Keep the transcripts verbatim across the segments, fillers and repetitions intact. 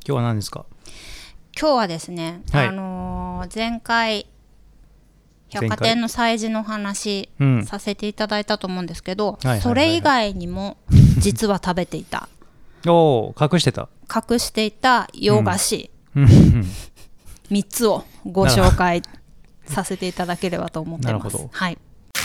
今日は何ですか？ 今日はですね、はい、あのー、前回百貨店の催事の話させていただいたと思うんですけど、うん、それ以外にも実は食べていたおー、隠してた隠していた洋菓子、うん、みっつをご紹介させていただければと思っています。なるほど、はい。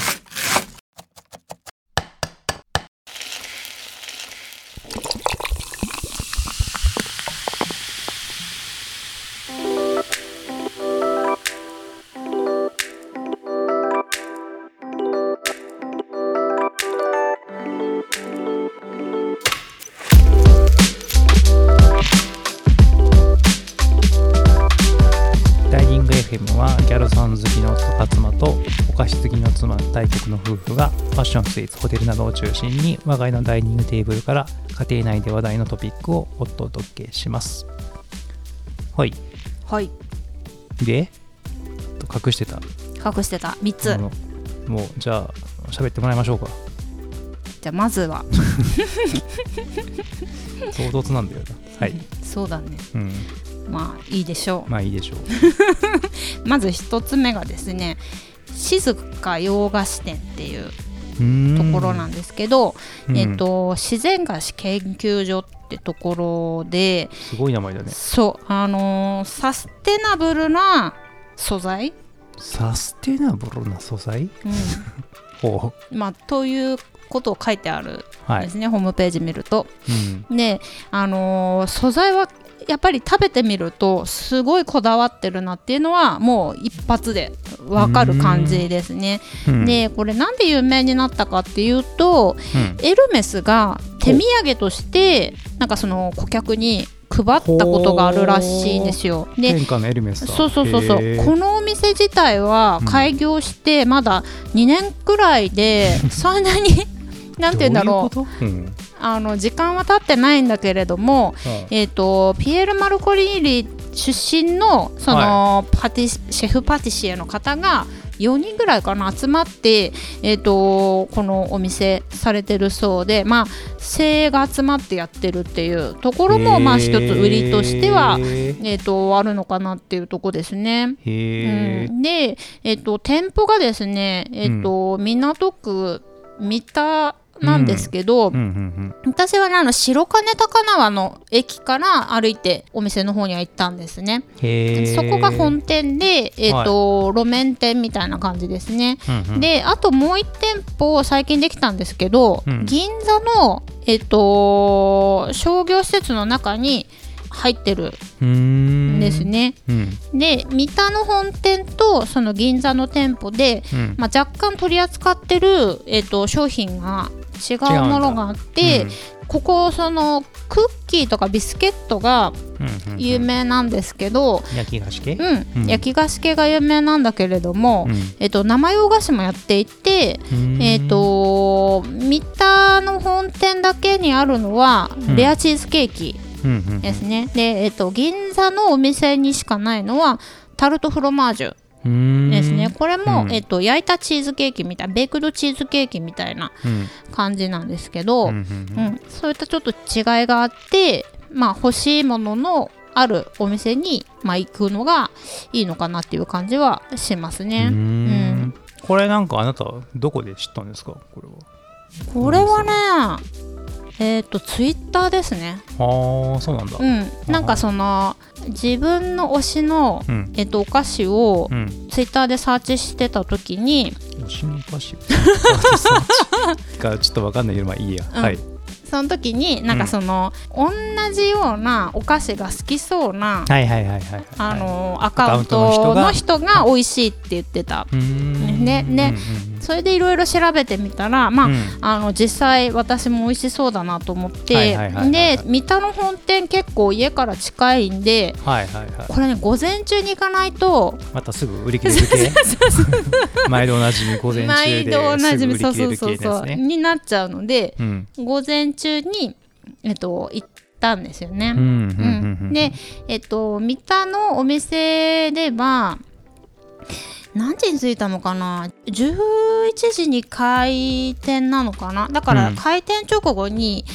ギャルソン好きの夫妻とお菓子好きの妻大国の夫婦がファッション、スイーツ、ホテルなどを中心に我が家のダイニングテーブルから家庭内で話題のトピックをお届けします。はいはい。 で隠してた隠してたみっつ、 もうじゃあ喋ってもらいましょうか。 じゃあまずは唐突なんだよな。はい、 そうだね、 うん、 まあいいでしょう。 まあいいでしょう。 まず一つ目がですね、静か洋菓子店っていうところなんですけど、えっと自然菓子研究所ってところで、 すごい名前だね。 そうあのー、サステナブルな素材サステナブルな素材、うん、 ほう、まあということを書いてあるんですね、はい、ホームページ見ると、うん、であのー、素材はやっぱり食べてみるとすごいこだわってるなっていうのはもう一発で分かる感じですね、うん、でこれなんで有名になったかっていうと、うん、エルメスが手土産としてなんかその顧客に配ったことがあるらしいんですよ。で、 天下のエルメスだ。 そうそうそうそう。このお店自体は開業してまだにねんくらいで、うん、そんなになんて言うんだろう、ういうこと、うん、あの時間は経ってないんだけれども、うん、えーと、ピエール・マルコリーリ出身の、その、はい、パティシェフパティシエの方がよにんぐらいかな集まって、えーと、このお店されてるそうで、まあ、精鋭が集まってやってるっていうところも、まあ、一つ売りとしては、えーと、あるのかなっていうところですね。へー、うん、で、えーと、店舗がですね、えーとうん、港区三田なんですけど、うんうんうん、私は、ね、あの白金高輪の駅から歩いてお店の方には行ったんですね。そこが本店で、えーとはい、路面店みたいな感じですね、うんうん、であともういち店舗最近できたんですけど、うん、銀座の、えーと、商業施設の中に入ってるんですね、うん、で三田の本店とその銀座の店舗で、うんまあ、若干取り扱ってる、えーと、商品が違うものがあって、うん、ここそのクッキーとかビスケットが有名なんですけど、 うんうんうん、焼き菓子系、 うんうん、焼き菓子系が有名なんだけれども、うんえーと、生洋菓子もやっていて、えーと、三田の本店だけにあるのはレアチーズケーキですね、うんうんうん、で、えーと、銀座のお店にしかないのはタルトフロマージュですね。これも、うんえっと、焼いたチーズケーキみたいなベークドチーズケーキみたいな感じなんですけど、うんうんうんうん、そういったちょっと違いがあって、まあ、欲しいもののあるお店に、まあ、行くのがいいのかなっていう感じはしますね。うんうん、 これなんかあなたどこで知ったんですか？これはこれはねえーと、ツイッターですね。 ああ、そうなんだ。 うん、なんかその自分の推しの、うんえーと、お菓子を、うん、ツイッターでサーチしてた時に推しのお菓子がちょっと分かんないけどまあいいや、うん、はい。 その時になんかその、うん、同じようなお菓子が好きそうなあのアカウントの人が美味しいって言ってた。ねね、それでいろいろ調べてみたら、まあうん、あの実際私も美味しそうだなと思って、で三田の本店結構家から近いんで、はいはいはい、これね午前中に行かないとまたすぐ売り切れる系毎度おなじみ午前中ですぐ売り切れる系ですね。そうそうそうになっちゃうので、うん、午前中に、えっと、行ったんですよね、うんうんうん、で、えっと、三田のお店では何時に着いたのかな、じゅういちじに開店なのかな、だから開店直後に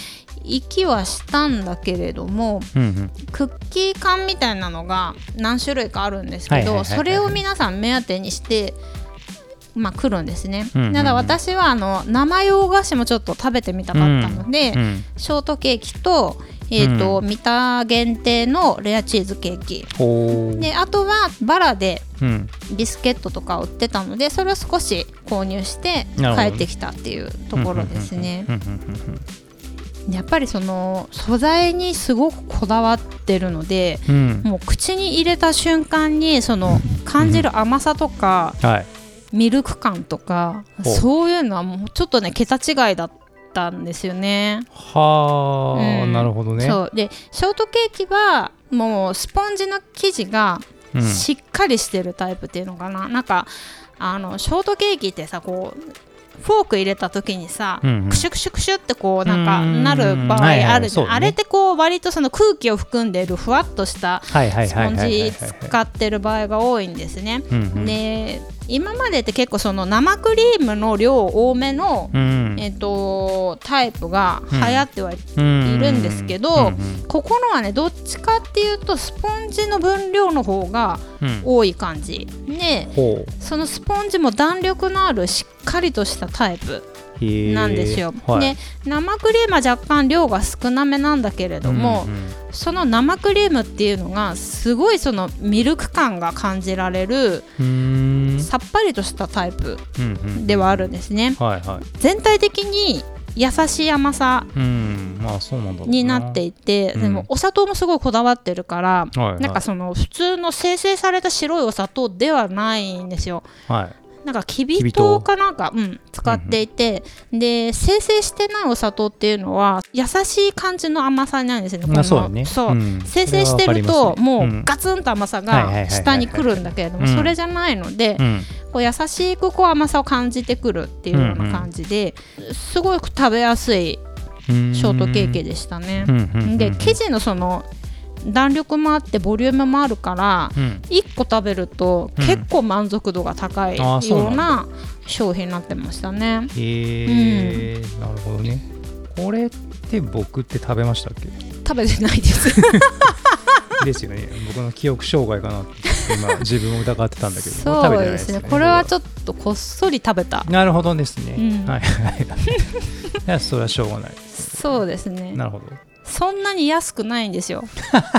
行きはしたんだけれども、 うんうん、 クッキー缶みたいなのが何種類かあるんですけど、それを皆さん目当てにしてまあ、来るんですね、うんうんうん、だから私はあの生洋菓子もちょっと食べてみたかったので、うんうん、ショートケーキと、えーとうん、三田限定のレアチーズケーキで、あとはバラでビスケットとか売ってたので、それを少し購入して帰ってきたっていうところですね。やっぱりその素材にすごくこだわってるので、うん、もう口に入れた瞬間にその感じる甘さとか、うん、はい、ミルク感とかそういうのはもうちょっとね桁違いだったんですよね。 はあ、うん、なるほどね。 そうで、ショートケーキはもうスポンジの生地がしっかりしてるタイプっていうのかな、うん、なんかあのショートケーキってさ、こうフォーク入れた時にさ、うんうん、クシュクシュクシュってこうなんかなる場合あるじゃん、はいはい、あれってこう割とその空気を含んでいるふわっとしたスポンジ使ってる場合が多いんですね。で、今までって結構その生クリームの量多めの、うん、えーと、タイプが流行ってはいるんですけど、うんうん、ここのはねどっちかっていうとスポンジの分量の方が多い感じ、うん、でそのスポンジも弾力のあるしっかりとしたタイプなんですよ、はい、で生クリームは若干量が少なめなんだけれども、うんうん、その生クリームっていうのがすごいそのミルク感が感じられるさっぱりとしたタイプではあるんですね、うんうん、はいはい、全体的に優しい甘さになっていて、でもお砂糖もすごいこだわってるから、うん、なんかその普通の精製された白いお砂糖ではないんですよ、はい、なんかきび糖かなんか、うん、使っていて、うん、で精製してないお砂糖っていうのは優しい感じの甘さなんですよね。このそうね、そう、うん、精製してるともうガツンと甘さが下に来るんだけれども、それじゃないので、うん、こう優しくこう甘さを感じてくるっていうような感じで、うんうん、すごく食べやすいショートケーキでしたね。で、生地のその弾力もあってボリュームもあるから、うん、いっこ食べると結構満足度が高いような商品になってましたね。 へえ、うん、なるほどね。これって僕って食べましたっけ？ 食べてないですですよね。僕の記憶障害かなって今自分を疑ってたんだけどそうですね、これはちょっとこっそり食べた。 なるほどですね、うん、はいはいいやそれはしょうがない。 そうですね、 なるほど。 そんなに安くないんですよ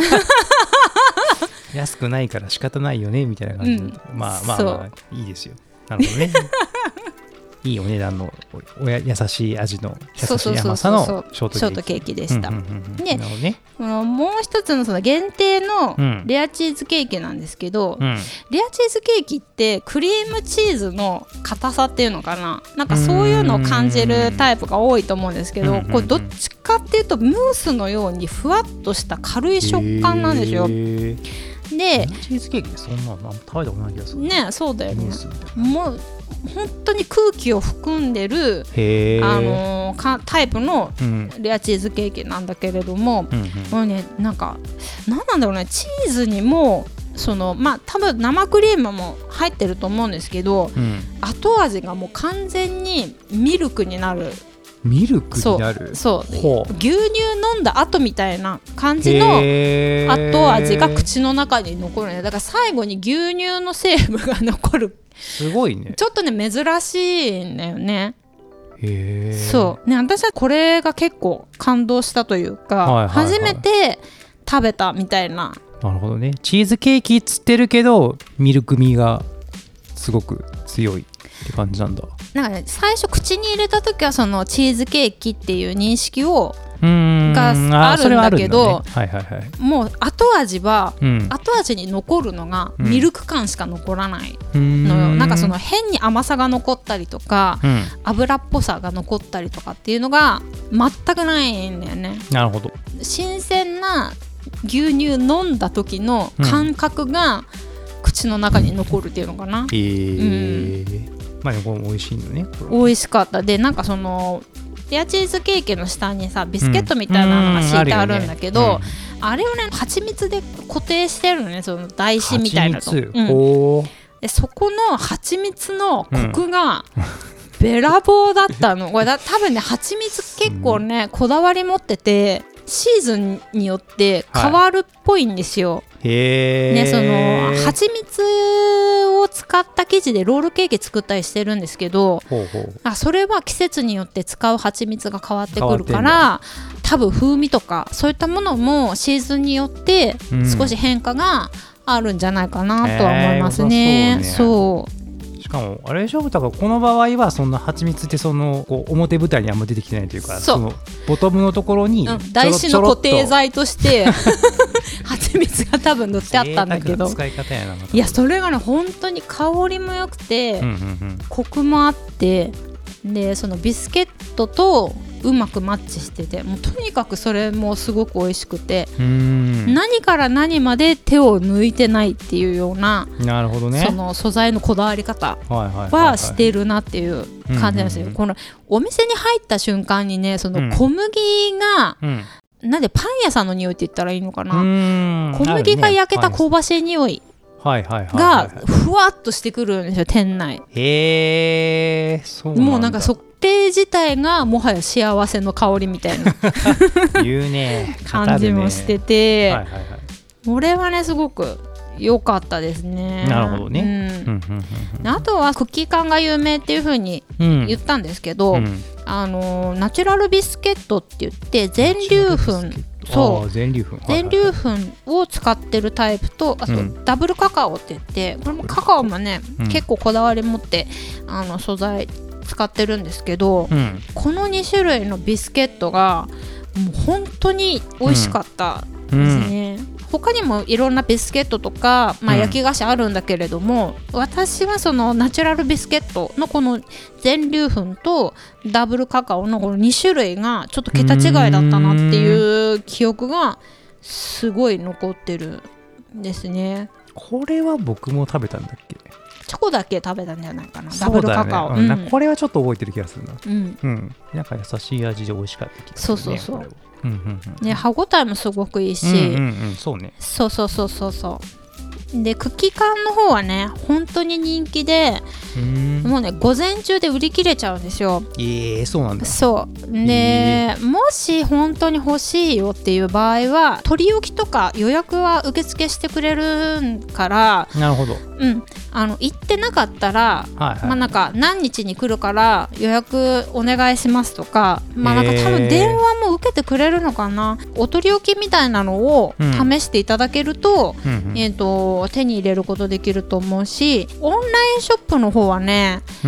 安くないから仕方ないよねみたいな感じで、うん、まあまあまあいいですよ。なるほどねいいお値段のおや優しい味の優しい甘さのショートケーキでした。で、ね、 もう一つのその限定のレアチーズケーキなんですけど、うん、レアチーズケーキってクリームチーズの硬さっていうのかな、なんかそういうのを感じるタイプが多いと思うんですけど、これどっちかっていうとムースのようにふわっとした軽い食感なんですよ。でチーズケーキってそんなの食べたことない気がするね。そうだよね。もう本当に空気を含んでる、あのー、タイプのレアチーズケーキなんだけれども、うんうん、これね、なんかなんなんだろうね、チーズにもそのまあ多分生クリームも入ってると思うんですけど、うん、後味がもう完全にミルクになる。 ミルクになる。 そうそう牛乳飲んだ後みたいな感じの後味が口の中に残るね。だから最後に牛乳の成分が残る。 すごいね。 ちょっとね珍しいんだよね。へー。そうね、私はこれが結構感動したというか、はいはいはい、初めて食べたみたいな。 なるほどね。チーズケーキっつってるけどミルク味がすごく強いって感じなんだ。 なんかね、最初口に入れた時はそのチーズケーキっていう認識をがあるんだけど、もう後味は、うん、後味に残るのがミルク感しか残らないのよ、うん、なんかその変に甘さが残ったりとか、うん、油っぽさが残ったりとかっていうのが全くないんだよね。 なるほど。 新鮮な牛乳飲んだ時の感覚が口の中に残るっていうのかな、うん、えーうんまあ、これ美味しいのね。 美味しかった。でなんかそのレアチーズケーキの下にさビスケットみたいなのが敷いてあるんだけど、うん、あ, ねうん、あれをね蜂蜜で固定してるのね、その台紙みたいなの、うん、でそこの蜂蜜のコクがべらぼうだったの。これだ多分ね蜂蜜結構ねこだわり持っててシーズンによって変わるっぽいんですよ、はい、 へー、 ね、その蜂蜜を使った生地でロールケーキ作ったりしてるんですけど、 ほうほう、 あそれは季節によって使う蜂蜜が変わってくるから多分風味とかそういったものもシーズンによって少し変化があるんじゃないかなとは思いますね、うん、そう。 しかもあれでしょ、だからこの場合はそんな蜂蜜ってそのこう表舞台にあんま出てきてないというか、そのボトムのところにちょろちょろっと、うん、 台紙の固定剤として蜂蜜が多分塗ってあったんだけど、 使い方やな。 いやそれがね本当に香りも良くて、うんうんうん、コクもあって、でそのビスケットとうまくマッチしてて、もうとにかくそれもすごく美味しくて、うーん、何から何まで手を抜いてないっていうような、 なるほどね、 その素材のこだわり方はしてるなっていう感じなんですよ。このお店に入った瞬間にね、その小麦が、うんうん、なんでパン屋さんの匂いって言ったらいいのかな、小麦が焼けた香ばしい匂いがふわっとしてくるんですよ、店内。 へー、そうなんだ。 もうなんかそ定自体がもはや幸せの香りみたいな言うね感じもしてて、はいはいはい、これはねすごく良かったですね。 なるほどね、うんうん、あとはクッキー缶が有名っていう風に言ったんですけど、うん、あのナチュラルビスケットって言って全粒粉、そう全粒粉、 全粒粉を使ってるタイプと、あとダブルカカオって言って、これもカカオもね、うん、結構こだわり持ってあの素材使ってるんですけど、うん、このに種類のビスケットがもう本当に美味しかったですね、うんうん、他にもいろんなビスケットとか、まあ、焼き菓子あるんだけれども、うん、私はそのナチュラルビスケットのこの全粒粉とダブルカカオのこのに種類がちょっと桁違いだったなっていう記憶がすごい残ってるんですね。 これは僕も食べたんだっけ？ チョコだけ食べたんじゃないかな、ダブルカカオ、 ね、うん、これはちょっと覚えてる気がするな、うんうん、なんか優しい味で美味しかった気がするね。そうそうそう、うんうんうん、ね、歯ごたえもすごくいいし、うんうんうん、そうね、そうそうそうそうそうでクッキー缶の方はね本当に人気で、うん、もうね午前中で売り切れちゃうんですよ。 えー、そうなんだ。 そうで、えー、もし本当に欲しいよっていう場合は取り置きとか予約は受付してくれるから、 なるほど、 うん、あの行ってなかったら、はいはい、まあ、なんか何日に来るから予約お願いしますとか、まあ、なんか多分電話も受けてくれるのかな、お取り置きみたいなのを試していただけると、うんうんうん、えーと手に入れることできると思うし、オンラインショップの方はね、うん、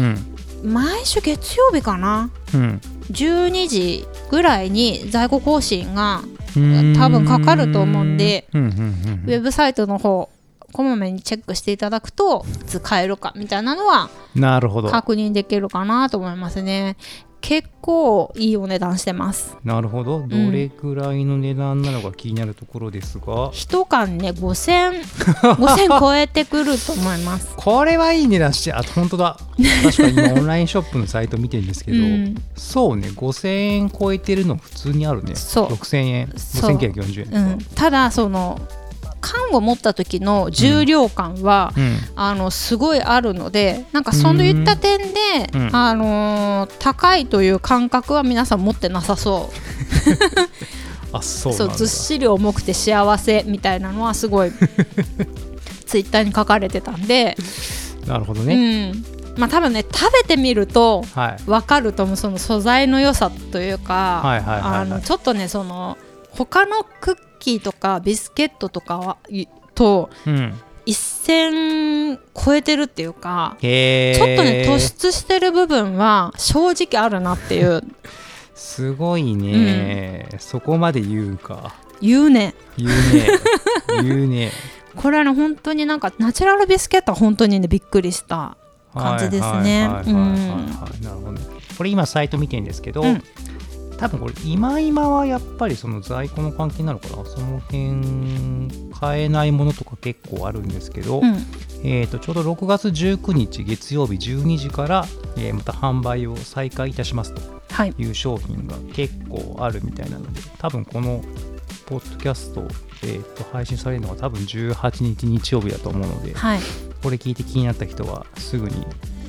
毎週月曜日かな、うん、じゅうにじぐらいに在庫更新が多分かかると思うんで、うんうんうんうん、ウェブサイトの方こまめにチェックしていただくといつ買えるかみたいなのは確認できるかなと思いますね。結構いいお値段してます。 なるほど、どれくらいの値段なのか気になるところですが、 いち缶ねごせん超えてくると思います。 これはいい値段して、あ、本当だ、確かに今オンラインショップのサイト見てるんですけど、うん、そうね、ごせんえん超えてるの普通にあるね。そうろくせんえん、ごせんきゅうひゃくよんじゅうえん、うん、 ただその缶を持った時の重量感は、うん、あのすごいあるので、なんかそういった点で、うん、あのー、高いという感覚は皆さん持ってなさそうあ、そうなんだ。 そう、ずっしり重くて幸せみたいなのはすごいツイッターに書かれてたんでなるほどね、 うん、まあ多分ね食べてみると分かると思う、その素材の良さというか、ちょっとねその他のクッキーとかビスケットとかはと、うん、一線超えてるっていうか、へー、ちょっとね突出してる部分は正直あるなっていうすごいね、うん、そこまで言うか。 言うね言うね言うねこれはね本当になんかナチュラルビスケットは本当にねびっくりした感じですね。なるほどね。これ今サイト見てるんですけど、うん、多分これ今今はやっぱりその在庫の関係なのかな、その辺買えないものとか結構あるんですけど、うん、えー、とちょうどろくがつじゅうくにち月曜日じゅうにじから、えー、また販売を再開いたしますという商品が結構あるみたいなので、多分このポッドキャスト、えー、と配信されるのが多分じゅうはちにち日曜日だと思うので、はい、これ聞いて気になった人はすぐに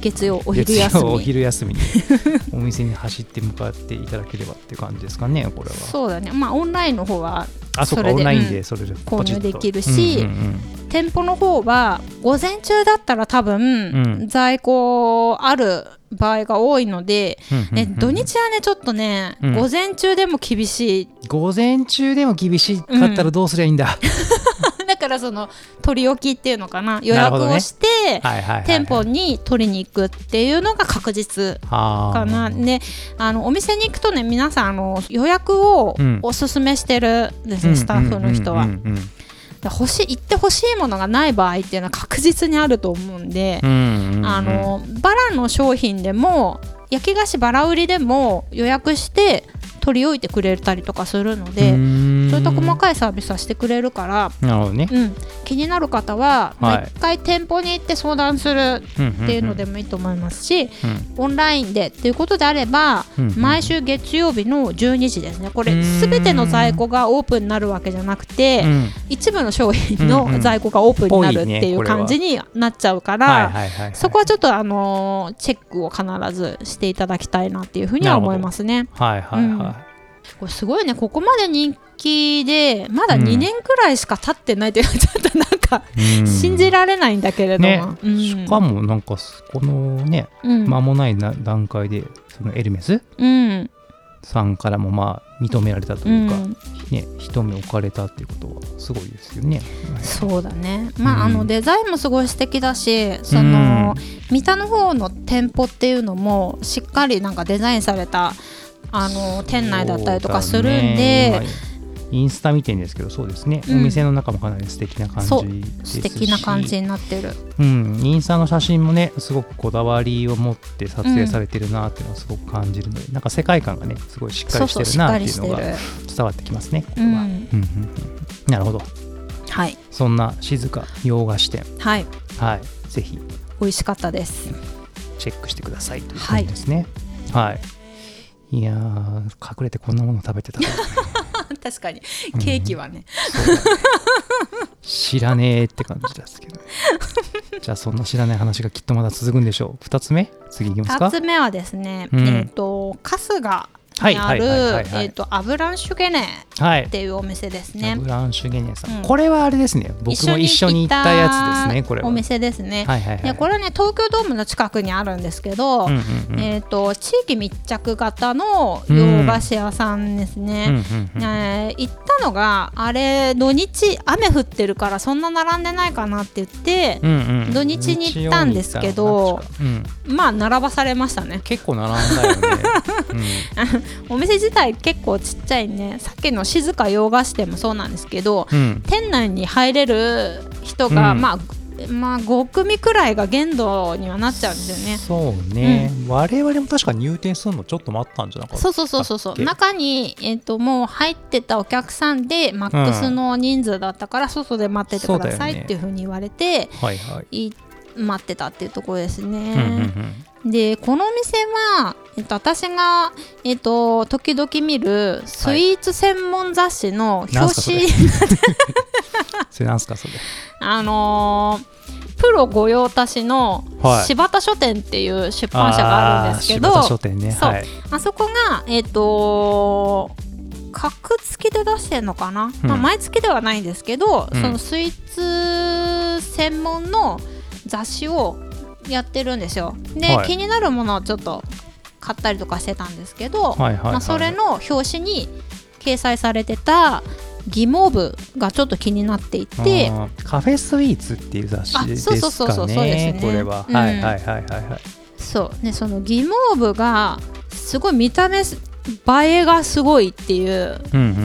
月曜お昼休み月曜お昼休みにお店に走って向かっていただければっていう感じですかね、これは。 そうだね、まあオンラインの方はあ、そうか、オンラインでそれで購入できるし、うんうんうん、店舗の方は午前中だったら多分、うん、在庫ある場合が多いので、うんうんうん、土日はねちょっとね、うん、午前中でも厳しい。 午前中でも厳しかったらどうすりゃいいんだ、 うん、だからその取り置きっていうのかな、予約をして、ね、はいはいはいはい、店舗に取りに行くっていうのが確実かな。で、あのお店に行くとね、皆さんあの予約をおすすめしてるんですね、うん、スタッフの人は。欲しい行ってほしいものがない場合っていうのは確実にあると思うんで、うんうんうん、あのバラの商品でも焼き菓子バラ売りでも予約して取り置いてくれたりとかするので、そういった細かいサービスはしてくれるから、 なるほどね、 うん、気になる方は、はい、まあ、一回店舗に行って相談するっていうのでもいいと思いますし、うんうんうん、オンラインでっていうことであれば、うんうん、毎週月曜日のじゅうにじですね。これ全ての在庫がオープンになるわけじゃなくて、うん、一部の商品の在庫がオープンになるっていう感じになっちゃうから、そこはちょっと、あのー、チェックを必ずしていただきたいなっていうふうには思いますね。 はいはいはい、うん、 これすごいね、ここまで人気でまだにねんくらいしか経ってないっていうのはちょっとなんか、うん、信じられないんだけれども、ね、うん、 しかもなんかこのね、うん、間もないな段階でそのエルメス、うん、さんからもまあ認められたというか、うんね、一目置かれたっていうことはすごいですよね。 そうだね、まあ、うん、あのデザインもすごい素敵だし、その、うん、三田の方の店舗っていうのもしっかりなんかデザインされたあの店内だったりとかするんで、 インスタ見てるんですけど、そうですね、うん、お店の中もかなり素敵な感じですし、 素敵な感じになってる、 うん、インスタの写真もねすごくこだわりを持って撮影されてるなっていうのはすごく感じるので、うん、なんか世界観がねすごいしっかりしてるなっていうのが伝わってきますね、これは、うんうんうん、なるほど、はい、そんな静か洋菓子店、はい、はい、ぜひ美味しかったです、 チェックしてくださいという感じですね。はい、はい、いやー、隠れてこんなもの食べてた確かにケーキはね、 うん、ね知らねえって感じですけど、ね、じゃあそんな知らない話がきっとまだ続くんでしょう。ふたつめ、次いきますか。 ふたつめはですね、うん、えっ、ー、と春日にあるアブランシュゲネっていうお店ですね、はい、 アブランシュゲネさん、うん、これはあれですね、僕も一緒に行ったやつですね。これはお店ですね、 はいはいはい、 でこれはね東京ドームの近くにあるんですけど、うんうんうん、えー、と地域密着型の洋菓子屋さんですね、うんうんうんうん、えー、行ったのがあれ土日雨降ってるからそんな並んでないかなって言って、うんうん、土日に行ったんですけど、うん、まあ並ばされましたね。 結構並んだよね、 うんお店自体結構ちっちゃいね、さっきの静か洋菓子店もそうなんですけど、うん、店内に入れる人が、うん、まあまあごくみくらいが限度にはなっちゃうんですよね。 そうね、うん、我々も確か入店するのちょっと待ったんじゃなかったっけ。 そうそうそうそう、中に、えー、ともう入ってたお客さんでマックスの人数だったから、うん、外で待っててくださいっていう風に言われて、はいはい、待ってたっていうところですね、うんうんうん。でこのお店は、えっと、私が、えっと、時々見るスイーツ専門雑誌の表紙、はい、 それなんすかそれ。 あのー、プロ御用達の柴田書店っていう出版社があるんですけど、 柴田書店ね、 そう、 はい、 あそこが、えっと格付きで出してるのかな、うん、まあ、毎月ではないんですけど、うん、そのスイーツ専門の雑誌をやってるんですよ。で、はい、気になるものをちょっと買ったりとかしてたんですけど、はいはいはいはい、まあ、それの表紙に掲載されてたギモーブがちょっと気になっていて、 カフェスイーツっていう雑誌ですかね。そうそうそうそう、そうですね、これは、うん、はいはいはいはいはい。 そうね、そのギモーブがすごい見た目映えがすごいっていう、うんうんうん、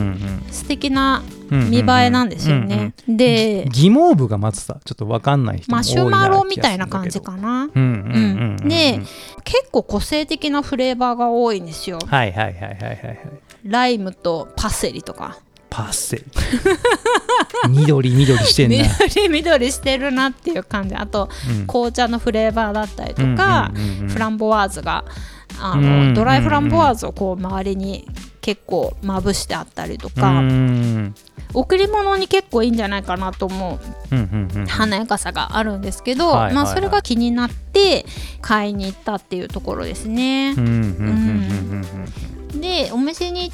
素敵な見栄えなんですよね、うんうんうん、でギモーブがまずさちょっと分かんない人も多いな気がするんだけど、マシュマロみたいな感じかな、うんうんうんうん、で結構個性的なフレーバーが多いんですよ。 はいはいはいはいはい、 ライムとパセリとか。 パセリ緑緑してんな緑緑してるなっていう感じ。あと、うん、紅茶のフレーバーだったりとか、うんうんうんうん、フランボワーズがあの、うんうんうん、ドライフランボワーズをこう周りに結構まぶしてあったりとか、うん、 贈り物に結構いいんじゃないかなと思う、うんうんうん、華やかさがあるんですけど、はいはいはい、まあ、それが気になって買いに行ったっていうところですね。でお店に行って、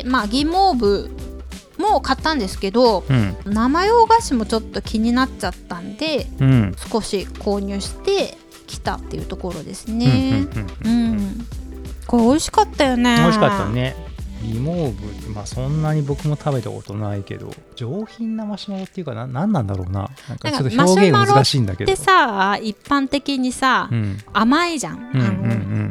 まあ、ギモーブも買ったんですけど、うん、生洋菓子もちょっと気になっちゃったんで、うん、少し購入してきたっていうところですね。これ美味しかったよね。 美味しかったね。ギモーブって、まあ、そんなに僕も食べたことないけど上品なマシュマロっていうかな、何なんだろうな、なんかちょっと表現難しいんだけど、 マシュマロってさ一般的にさ、うん、甘いじゃん、うんうんうん、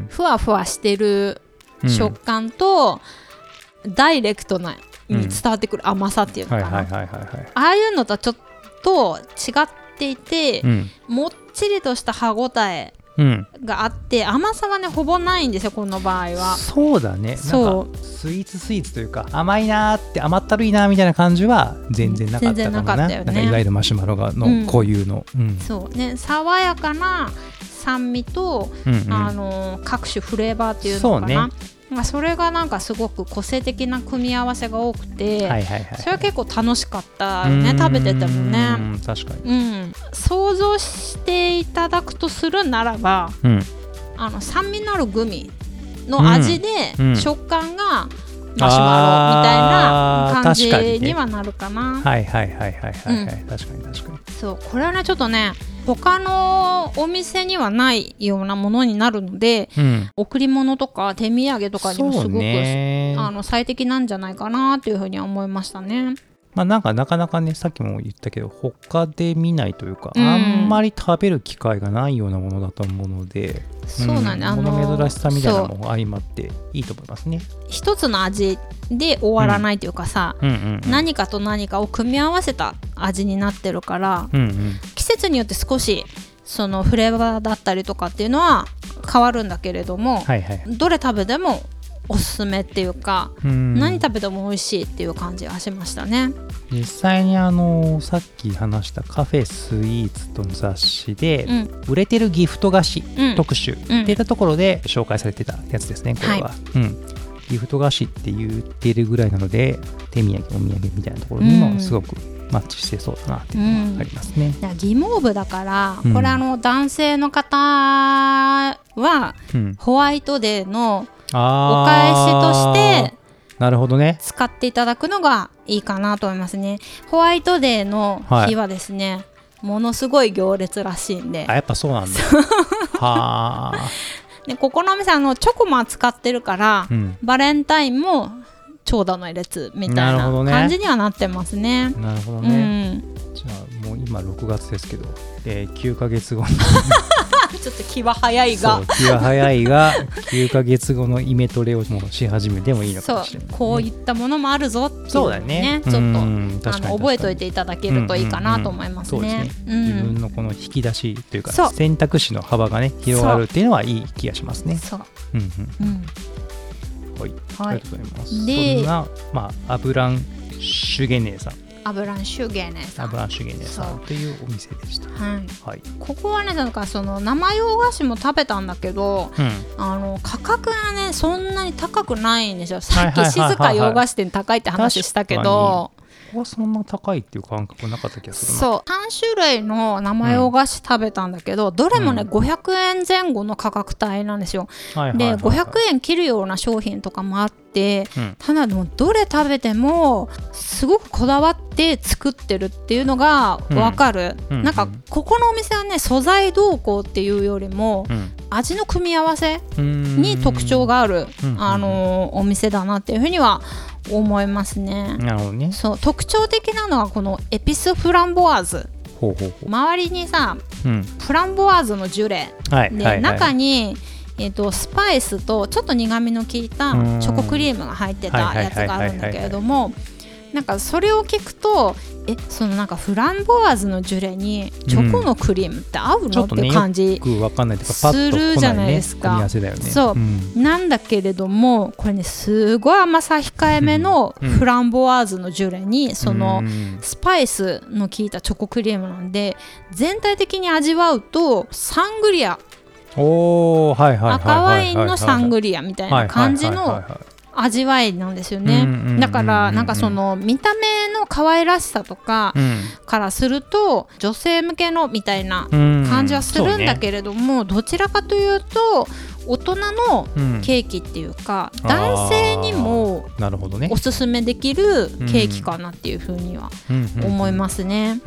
ふわふわしてる食感と、うん、ダイレクトなに伝わってくる甘さっていうのかな、ああいうのとはちょっと違っていて、うん、もっちりとした歯ごたえがあって、うん、甘さはねほぼないんですよこの場合は。 そうだね、そうなんかスイーツスイーツというか甘いなーって甘ったるいなーみたいな感じは全然なかったかもな。全然なかったよね。なんかいわゆるマシュマロがの固有の、うんうん、 そうね、爽やかな酸味と、うんうん、あの各種フレーバーっていうのかな、そうね、まあ、それがなんかすごく個性的な組み合わせが多くて、はいはいはい、それは結構楽しかったよね、食べててもね。 確かに、 うん、想像していただくとするならば、うん、あの酸味のあるグミの味で食感がマシュマロみたいな感じにはなるかな。 はいはいはいはいはい、はい、うん、確かに確かに。 そう、これはねちょっとね他のお店にはないようなものになるので、うん、贈り物とか手土産とかにもすごく、ね、あの最適なんじゃないかなというふうには思いましたね。 まあ、なんかなかなかねさっきも言ったけど他で見ないというか、うん、あんまり食べる機会がないようなものだと思うので、 そうなんね、 うん、この珍しさみたいなのも相まっていいと思いますね。 一つの味で終わらないというかさ、うんうんうんうん、何かと何かを組み合わせた味になってるから、うんうん、季節によって少しそのフレーバーだったりとかっていうのは変わるんだけれども、はいはい、どれ食べてもおすすめっていうか、うん、何食べても美味しいっていう感じがしましたね。 実際にあのさっき話したカフェスイーツとの雑誌で、うん、売れてるギフト菓子特集っていったところで紹介されてたやつですね、これは、はい、うん、ギフト菓子って言ってるぐらいなので手土産お土産みたいなところにもすごくマッチしてそうだなっていうのがありますね、うん、 ギモーブだから、うん、これあの男性の方はホワイトデーのお返しとしてなるほどね使っていただくのがいいかなと思いますね。ホワイトデーの日はですね、はい、ものすごい行列らしいんで。 あ、やっぱそうなんだはでここのお店のチョコも扱ってるから、うん、バレンタインも長蛇の列みたいな感じにはなってますね。 なるほどね、うん、じゃあもう今ろくがつですけど、えー、きゅうかげつごにちょっと気は早いが気は早いがきゅうかげつごのイメトレをもうし始めてもいいのかもしれない、ね、 そうこういったものもあるぞっていう、ね、 そうだね、 ちょっとあの覚えておいていただけるといいかなと思いますね。 自分のこの引き出しというか選択肢の幅がね広がるっていうのはいい気がしますね。そう、うんうんうん、はい、ありがとうございます。でそんな、まあ、アブランシュゲネーさんアブランシュゲネさんアブランシュゲネさんというお店でした、 はいはい、ここはねなんかその生洋菓子も食べたんだけど、うん、あの価格がねそんなに高くないんですよ。さっき静か洋菓子店高いって話したけどここはそんな高いっていう感覚なかった気がするな。 そうさん種類の生洋菓子食べたんだけど、うん、どれもね、うん、ごひゃくえんぜん後の価格帯なんですよ、はいはいはいはい、でごひゃくえん切るような商品とかもあって、うん、ただでもどれ食べてもすごくこだわって作ってるっていうのが分かる、うん、なんかここのお店はね素材どうこうっていうよりも、うん、味の組み合わせに特徴がある、あのー、お店だなっていうふうには思いますね。 なるほどね。 そう特徴的なのはこのエピスフランボワーズ。ほうほうほう周りにさ、うん、フランボワーズのジュレ、はいではいはい、中に、えーと、スパイスとちょっと苦みの効いたチョコクリームが入ってたやつがあるんだけれども、なんかそれを聞くとえそのなんかフランボワーズのジュレにチョコのクリームって合うの、うん、っていう感じするじゃないですか。そう、うん、なんだけれどもこれねすごい甘さ控えめのフランボワーズのジュレにそのスパイスの効いたチョコクリームなんで全体的に味わうとサングリア、おー、はいはいはいはいはいはい、赤ワインのサングリアみたいな感じの味わいなんですよね。だからなんかその見た目の可愛らしさとかからすると女性向けのみたいな感じはするんだけれども、どちらかというと大人のケーキっていうか、男性にもおすすめできるケーキかなっていうふうには思いますね。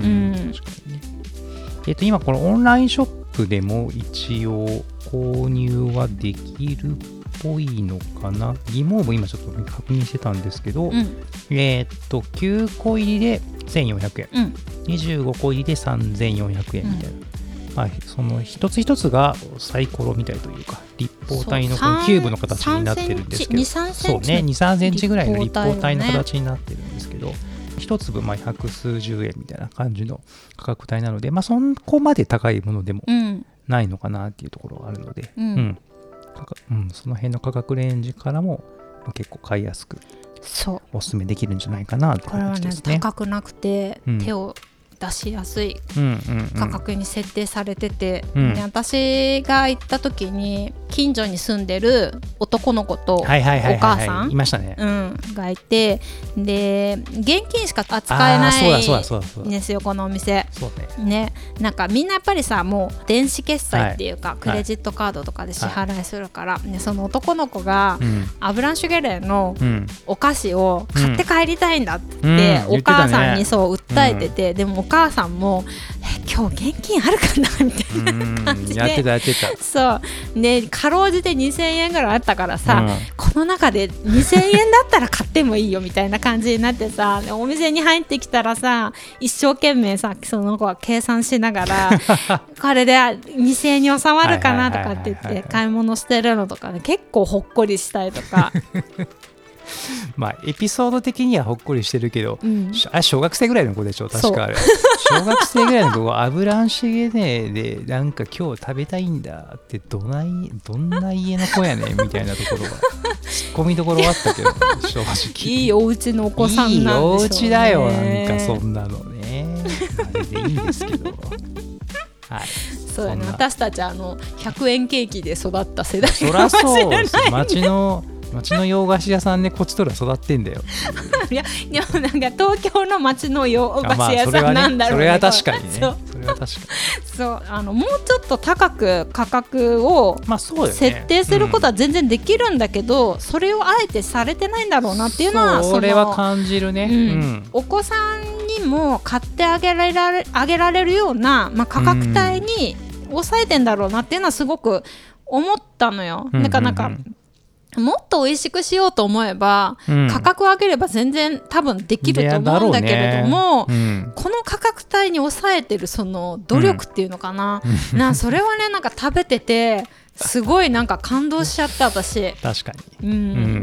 えっと今このオンラインショップでも一応購入はできるっぽいのかな。ギモーも今ちょっと確認してたんですけど、うん、えー、っときゅうこ入りでせんよんひゃくえん、うん、にじゅうごこ入りでさんぜんよんひゃくえんみたいな、うんまあ、その一つ一つがサイコロみたいというか立方体のこのキューブの形になってるんですけど、そうね、にさんセンチぐらいの立方体の形になってるんですけど、一粒まあ百数十円みたいな感じの価格帯なので、まあ、そこまで高いものでもないのかなっていうところがあるので、うんうんうん、その辺の価格レンジからも結構買いやすくおすすめできるんじゃないかなって感じですね。 これはね、高くなくて手を出しやすい価格に設定されてて、うんうんうん、で私が行った時に近所に住んでる男の子とお母さんがいて、で現金しか扱えないんですよこのお店。そうね、ね、なんかみんなやっぱりさもう電子決済っていうか、はい、クレジットカードとかで支払いするから、はい、でその男の子が、うん、アブランシュゲレーのお菓子を買って帰りたいんだって、うん、お母さんにそう訴えてて、うん、でもお母さんもえ今日現金あるかなみたいな感じでやってたやってた。 そうでかろうじてにせんえんぐらいあったからさ、うん、この中でにせんえんだったら買ってもいいよみたいな感じになってさ、お店に入ってきたらさ一生懸命さその子は計算しながらこれでにせんえんに収まるかなとかって言って買い物してるのとかね、結構ほっこりしたりとかまあエピソード的にはほっこりしてるけど、うん、あ小学生ぐらいの子でしょ確かあれ小学生ぐらいの子がアブランシュゲネでなんか今日食べたいんだってどないどんな家の子やねんみたいなところがツッコミどころはあったけど正直いいお家のお子さんなんでしょうね。いいお家だよなんかそんなのねあれでいいんですけどはい、 そうやね、私たちあのひゃくえんケーキで育った世代そらそうです町の町の洋菓子屋さんでこっちとら育ってんだよいやでもなんか東京の町の洋菓子屋さんなんだろうね。 それは確かにねそれは確かにそうあのもうちょっと高く価格を設定することは全然できるんだけど、まあ そ, う、ねうん、それをあえてされてないんだろうなっていうのはそれは感じるね、うんうん、 お子さんにも買ってあげられ、あげられるような、まあ、価格帯に抑えてんだろうなっていうのはすごく思ったのよ、うん、なんかなんか、うんうんうん、もっと美味しくしようと思えば、うん、価格を上げれば全然多分できると思うんだけれども、ねうん、この価格帯に抑えてるその努力っていうのかな、うん、なそれはねなんか食べててすごいなんか感動しちゃった私。 確かに、 うんうん、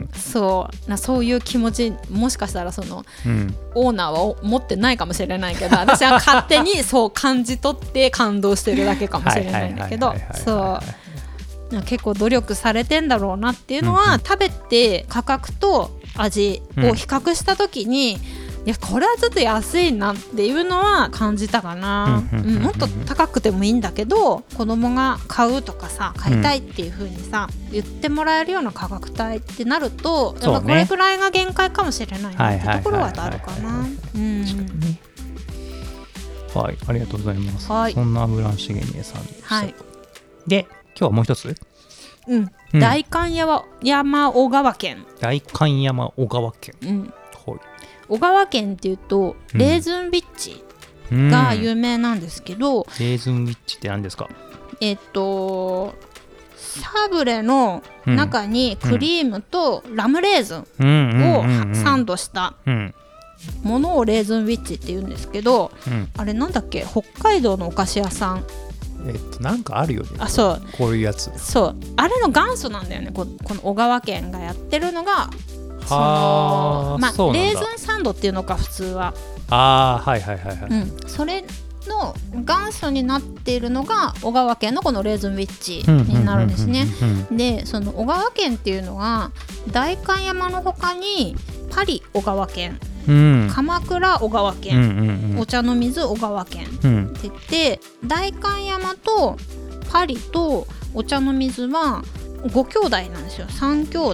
そうなそういう気持ちもしかしたらその、うん、オーナーは持ってないかもしれないけど私は勝手にそう感じ取って感動してるだけかもしれないんだけどそう結構努力されてんだろうなっていうのは、うんうん、食べて価格と味を比較した時に、うんいやこれはちょっと安いなっていうのは感じたかな、うんうんうんうん、もっと高くてもいいんだけど子供が買うとかさ買いたいっていう風にさ、うん、言ってもらえるような価格帯ってなると、ね、やっぱこれぐらいが限界かもしれないなってところはあるかな。 はい、ありがとうございます、はい、そんなアブランシュゲニエさんでした、はい、で今日はもう一つうん、うん、代官山小川県代官山小川県、 うんはい小川県っていうとレーズンビッチが有名なんですけど、うん、 レーズンビッチって何ですか？ えっとサブレの中にクリームとラムレーズンをサンドしたものをレーズンビッチって言うんですけど、うん、あれなんだっけ北海道のお菓子屋さんえっとなんかあるよね。 あそうこういうやつそうあれの元祖なんだよね。こ, この小川県がやってるのがそのまあ、レーズンサンドっていうのか普通はあはいはいはいはい、 うん、それの元祖になっているのが小川県のこのレーズンウィッチになるんですね。でその小川県っていうのは代官山の他にパリ小川県、うん、鎌倉小川県、うんうんうん、お茶の水小川県、うん、って言って代官山とパリとお茶の水はご兄弟なんですよ。さん兄弟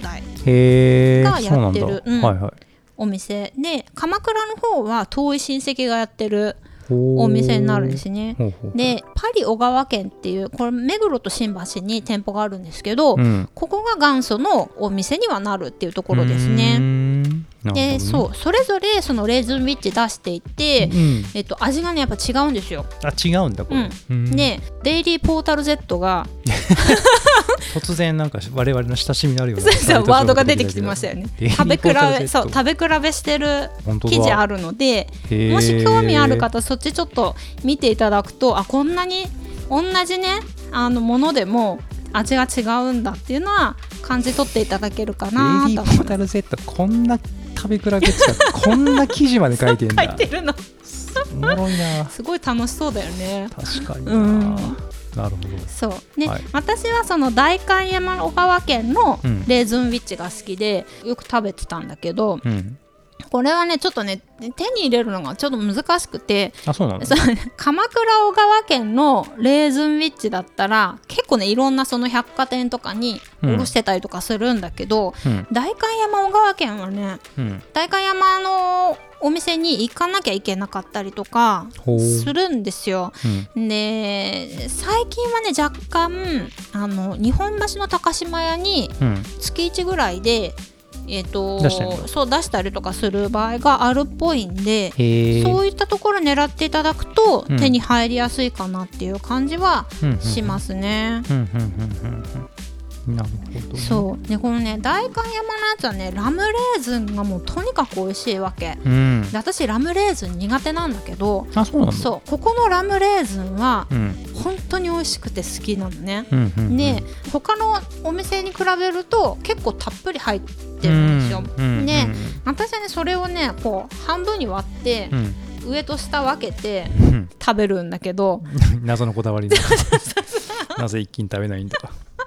へーがやってる、うんはいはい、 お店で、鎌倉の方は遠い親戚がやってるお店になるんですね。 ほうほうほう。 でパリ小川店っていう、これ目黒と新橋に店舗があるんですけど、うん、ここが元祖のお店にはなるっていうところですね。で、そうそれぞれそのレーズンウィッチ出していて、うん、えっと、味がねやっぱ違うんですよ。 あ、違うんだこれ、 うん、でデイリーポータル Z が突然なんか我々の親しみのあるようなそうそうワードが出てきてましたよね。食べ比べ、そう食べ比べしてる記事あるので、もし興味ある方そっちちょっと見ていただくと、あ、こんなに同じねあのものでも味が違うんだっていうのは感じ取っていただけるかなと思います。 デイリーポータル Z こんな食べ比べてたこんな記事まで書いてんだ。 書いてるのおもろいな。 すごい楽しそうだよね。 確かにな、 うん、 なるほど。 そうね、 はい、 私はその代官山小川県のレーズンウィッチが好きで、うん、よく食べてたんだけど、うん、これはねちょっとね手に入れるのがちょっと難しくて、 あ、そうなの？ 鎌倉小川県のレーズンウィッチだったら結構ねいろんなその百貨店とかに卸してたりとかするんだけど、うん、代官山小川県はね、うん、代官山のお店に行かなきゃいけなかったりとかするんですよ、うん、で最近はね若干あの日本橋の高島屋に月いちぐらいで、えー、と出そう出したりとかする場合があるっぽいんで、そういったところ狙っていただくと手に入りやすいかなっていう感じはしますね。 なるほどね。 そうでこのね代官山のやつはねラムレーズンがもうとにかく美味しいわけ、うん、で私ラムレーズン苦手なんだけど、 あ、そうなんだ。 そうここのラムレーズンは本当に美味しくて好きなのね、うんうんうん、で他のお店に比べると結構たっぷり入ってるんですよ、うんうんうん、で私はねそれをねこう半分に割って、うん、上と下分けて食べるんだけど謎のこだわりでなぜ一気に食べないんだ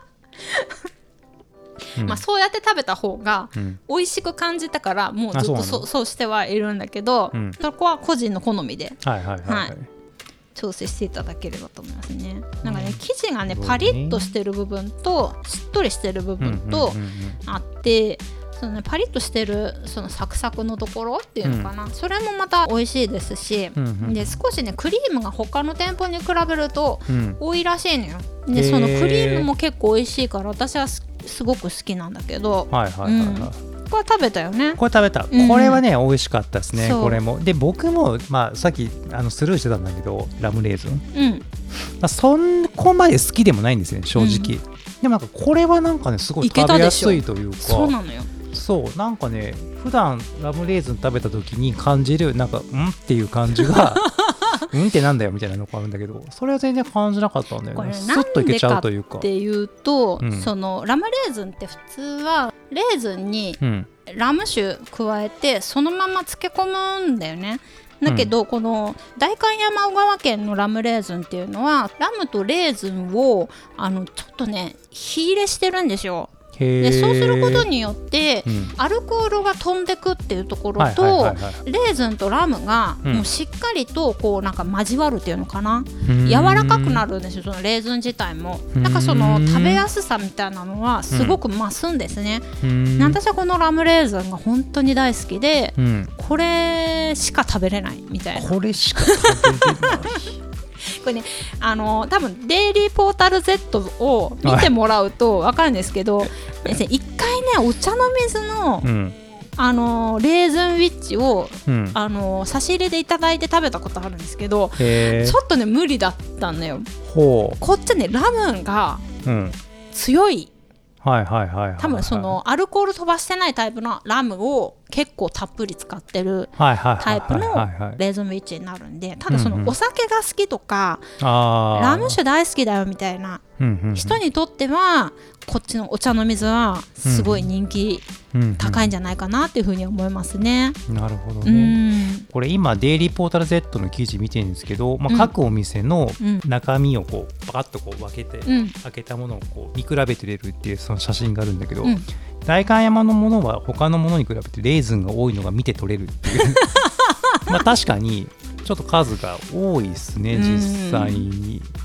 うん、まあ、そうやって食べた方が美味しく感じたから、うん、もうずっと そ, うそうしてはいるんだけど、うん、そこは個人の好みで、 はいはいはいはいはい、 調整していただければと思いますね。なんかね生地がねパリッとしてる部分としっとりしてる部分とあって、そのね、パリッとしてるそのサクサクのところっていうのかな、うん、それもまた美味しいですし、うんうん、で少しねクリームが他の店舗に比べると多いらしいのよ、うん、でそのクリームも結構美味しいから私は す, すごく好きなんだけど、はいはいはいはい、うん、これ食べたよね。 これ食べた、うん、これはね美味しかったですね。これもで僕も、まあ、さっきあのスルーしてたんだけどラムレーズン、うんまあ、そこまで好きでもないんですよね正直、うん、でもなんかこれはなんかねすごい食べやすいというか、 そうなのよ。 そうなんかね普段ラムレーズン食べた時に感じるなんかんっていう感じがうんってなんだよみたいなのがあるんだけど、それは全然感じなかったんだよね。スッといけちゃうというか。 っていうと、うん、そのラムレーズンって普通はレーズンにラム酒加えてそのまま漬け込むんだよね。だけど、うん、この代官山小川県のラムレーズンっていうのはラムとレーズンをあのちょっとね火入れしてるんですよ。でそうすることによって、うん、アルコールが飛んでくっていうところと、はいはいはいはい、レーズンとラムがもうしっかりとこうなんか交わるっていうのかな、うん、柔らかくなるんですよそのレーズン自体も。なんかその食べやすさみたいなのはすごく増すんですね、うん、私はこのラムレーズンが本当に大好きで、うん、これしか食べれないみたいな。 これしか食べれないこれね、あの多分デイリーポータル Z を見てもらうと分かるんですけど、一回ねお茶の水の、うん、あのレーズンウィッチを、うん、あの差し入れでいただいて食べたことあるんですけど、ちょっとね無理だったんだよ。ほうこっちねラムが強い、うん、はいはいはいはいはい、多分そのアルコール飛ばしてないタイプのラムを結構たっぷり使ってるタイプのレーズンウィッチになるんで、ただそのお酒が好きとか、うんうん、ラム酒大好きだよみたいな人にとってはこっちのお茶の水はすごい人気高いんじゃないかなっていうふうに思いますね、 うんうん、なるほどね、うん、これ今デイリーポータル Z の記事見てるんですけど、まあ、各お店の中身をこうバカッとこう分けて、うん、開けたものをこう見比べてれるっていうその写真があるんだけど、うん、代官山のものは他のものに比べてレーズンが多いのが見て取れるっていうまあ確かにちょっと数が多いですね実際に。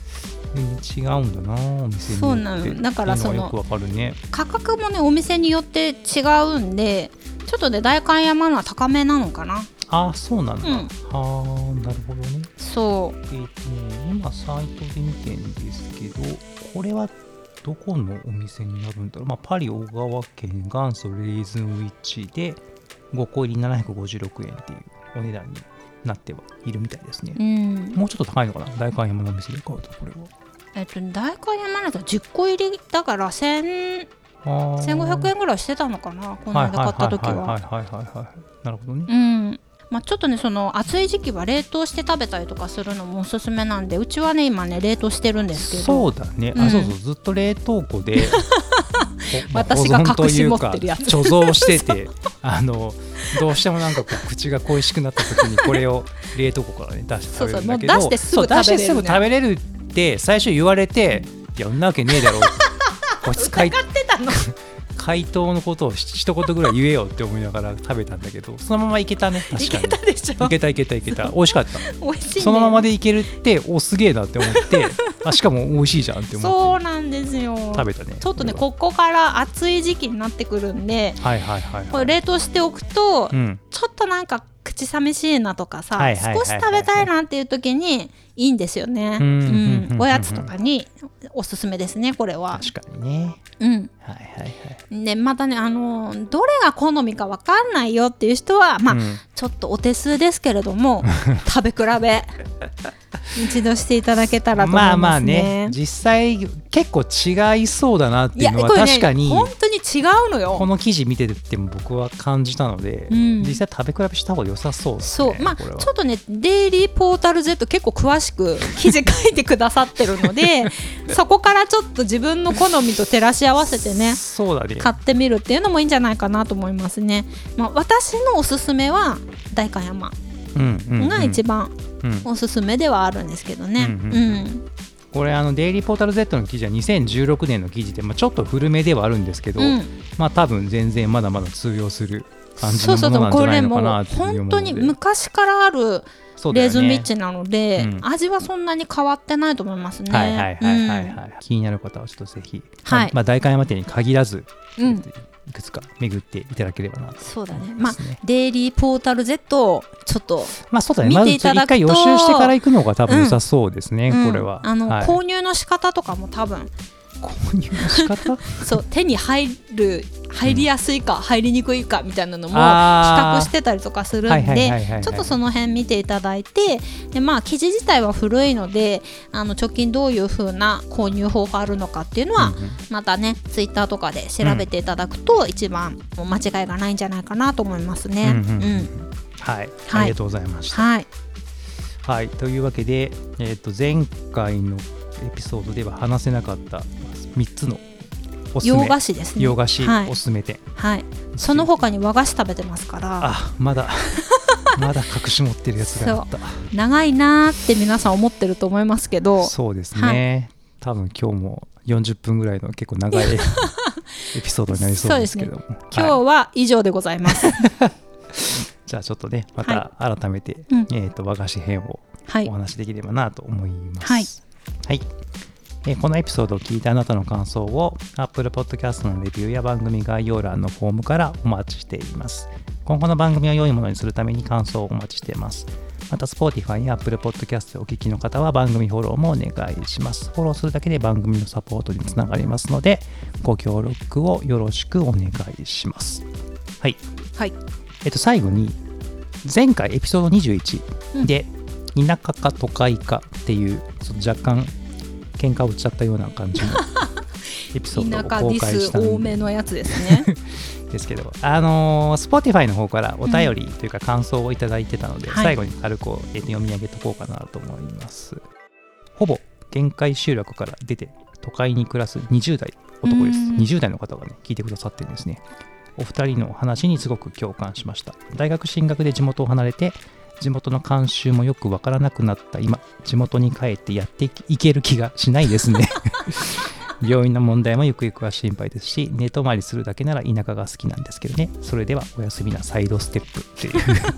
違うんだなお店によって。 そうなの。だからそのよくわかるね。 価格もねお店によって違うんで、ちょっとね代官山のは高めなのかな。 ああそうなんだ、うん、はあなるほどね。 そうえっ、ー、とね今サイトで見てるんですけど、これはどこのお店になるんだろう。まあ、パリ小川県元祖レーズンウィッチでごこ入りななひゃくごじゅうろくえんっていうお値段になってはいるみたいですね、 うん、 もうちょっと高いのかな代官山のお店で買うと。これはえっと代官山だとじゅっこ入りだからせんせんごひゃくえんぐらいしてたのかな、この間買った時は。 はいはいはいはいはい。なるほどね。 うん。まあ、ちょっとねその暑い時期は冷凍して食べたりとかするのもおすすめなんで、うちはね今ね冷凍してるんですけど。 そうだね、うん、あそうそうずっと冷凍庫で私が隠し持ってるやつ貯蔵しててあのどうしてもなんかこう口が恋しくなった時にこれを冷凍庫からね出して食べるんだけど、 そうそうもう出してすぐ食べれる、ね、 出してすぐ食べれるって最初言われて、いやそんなわけねえだろうこいつ疑ってたの解凍のことを一言ぐらい言えよって思いながら食べたんだけど、そのままいけたね。確かにいけたでしょ。 いけたいけたいけた美味しかった。 美味しい、ね、 そのままでいけるっておすげえなって思ってあしかも美味しいじゃんって思ってそうなんですよ。 食べたね。 ちょっとねここから暑い時期になってくるんで、 はいはいはいはい、 これ冷凍しておくと、うん、ちょっとなんか口寂しいなとかさ、はいはいはいはいはい、少し食べたいなっていう時にいいんですよね。うん、うん、おやつとかにおすすめですねこれは。 確かにね。 うん、 はいはいはい。 でまたねあのどれが好みか分かんないよっていう人はまあ、うん、ちょっとお手数ですけれども食べ比べ一度していただけたらと思いますね。まあまあね実際結構違いそうだなっていうのは確かに、 ね、本当に違うのよ。 この記事見てても僕は感じたので、うん、実際食べ比べした方が良さそうですね。 そうまあちょっとねデイリーポータル Z 結構詳しく記事書いてくださってるのでそこからちょっと自分の好みと照らし合わせてねそうだね買ってみるっていうのもいいんじゃないかなと思いますね。まあ、私のおすすめは代官山が一番おすすめではあるんですけどね。うんうんうんうん、 これあのデイリーポータル Z の記事はにせんじゅうろくねんの記事で、まあ、ちょっと古めではあるんですけど、うん、まあ多分全然まだまだ通用する感じのものなんじゃないのかなっていう思うので。 本当に昔からあるレーズンミッチなので、ねうん、味はそんなに変わってないと思いますね。 はいはいはいはい、はい、気になる方はちょっとぜひ、はい、まあ、代官山店に限らず、うん、いくつか巡っていただければなと、ね、 そうだね。まあデイリーポータル Z をちょっとまあそうだね。まず一回予習してから行くのが多分良さそうですね、うん、これは。 あの、 はい、 購入の仕方とかも多分購入の仕方そう手に入る入りやすいか、うん、入りにくいかみたいなのも比較してたりとかするんで、ちょっとその辺見ていただいて、でまあ記事自体は古いので、あの直近どういう風な購入方法あるのかっていうのは、うんうん、またねツイッターとかで調べていただくと一番間違いがないんじゃないかなと思いますね。うんうんうん、 はい、ありがとうございました。 はい、 はい、というわけで、えーと、前回のエピソードでは話せなかったみっつのおすすめ洋菓子ですね。 洋菓子、はい、おすすめ店、 はい、その他に和菓子食べてますから。 あ、まだまだ隠し持ってるやつがあった。 長いなーって皆さん思ってると思いますけど、 そうですね、はい、多分今日もよんじゅっぷんぐらいの結構長いエピソードになりそうですけども、そうですね、 今日は以上でございます、はい、 じゃあちょっとねまた改めて、はい、えー、と和菓子編をお話しできればなと思います。はい、はい、えー、このエピソードを聞いたあなたの感想を Apple Podcast のレビューや番組概要欄のフォームからお待ちしています。今後の番組を良いものにするために感想をお待ちしています。また Spotify や Apple Podcast でお聞きの方は番組フォローもお願いします。フォローするだけで番組のサポートにつながりますので、ご協力をよろしくお願いします。はい、 はい、 えっと最後に前回エピソードにじゅういちで、うん、田舎か都会かっていうちょっと若干喧嘩を打っちゃったような感じのエピソードを公開したんで田舎ディス多めのやつですねですけど、あのー、Spotify の方からお便りというか感想をいただいてたので、うん、最後に軽く、えー、読み上げとこうかなと思います。ほぼ限界集落から出て都会に暮らすにじゅう代男です。にじゅう代の方がね聞いてくださってるんですね。お二人の話にすごく共感しました。大学進学で地元を離れて地元の慣習もよくわからなくなった今、地元に帰ってやっていける気がしないですね病院の問題もゆくゆくは心配ですし、寝泊まりするだけなら田舎が好きなんですけどね。それではおやすみなサイドステップっていう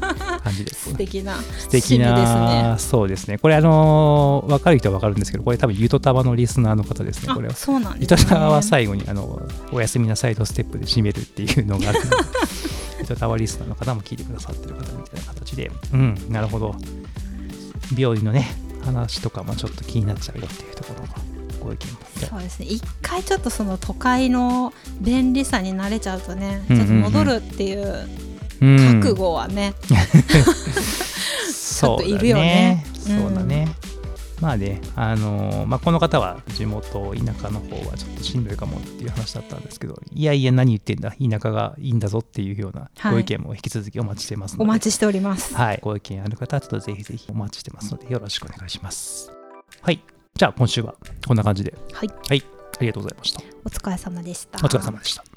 感じです。 素敵な素敵なですね。そうですね。これあのー、分かる人は分かるんですけど、これ多分ゆとたわのリスナーの方ですね。これはそうなんですね。 ゆとたわは最後にあのおやすみなサイドステップで締めるっていうのがあるのでゆとたわリスナーの方も聞いてくださってる方みたいな形で、うんなるほど、病院のね話とかもちょっと気になっちゃうよっていうところがご意見も。 そうですね、一回ちょっとその都会の便利さに慣れちゃうとね、ちょっと戻るっていう覚悟はね、うん、ちょっといるよね。 そうだね、うん、まあね、あのーまあ、この方は地元田舎の方はちょっとしんどいかもっていう話だったんですけど、いやいや何言ってんだ、田舎がいいんだぞっていうようなご意見も引き続きお待ちしてますので、 はい、お待ちしております。 はい、ご意見ある方はちょっとぜひぜひお待ちしてますのでよろしくお願いします。はい、じゃあ今週はこんな感じで、 はい、 はい、ありがとうございました。 お疲れ様でした。 お疲れ様でした。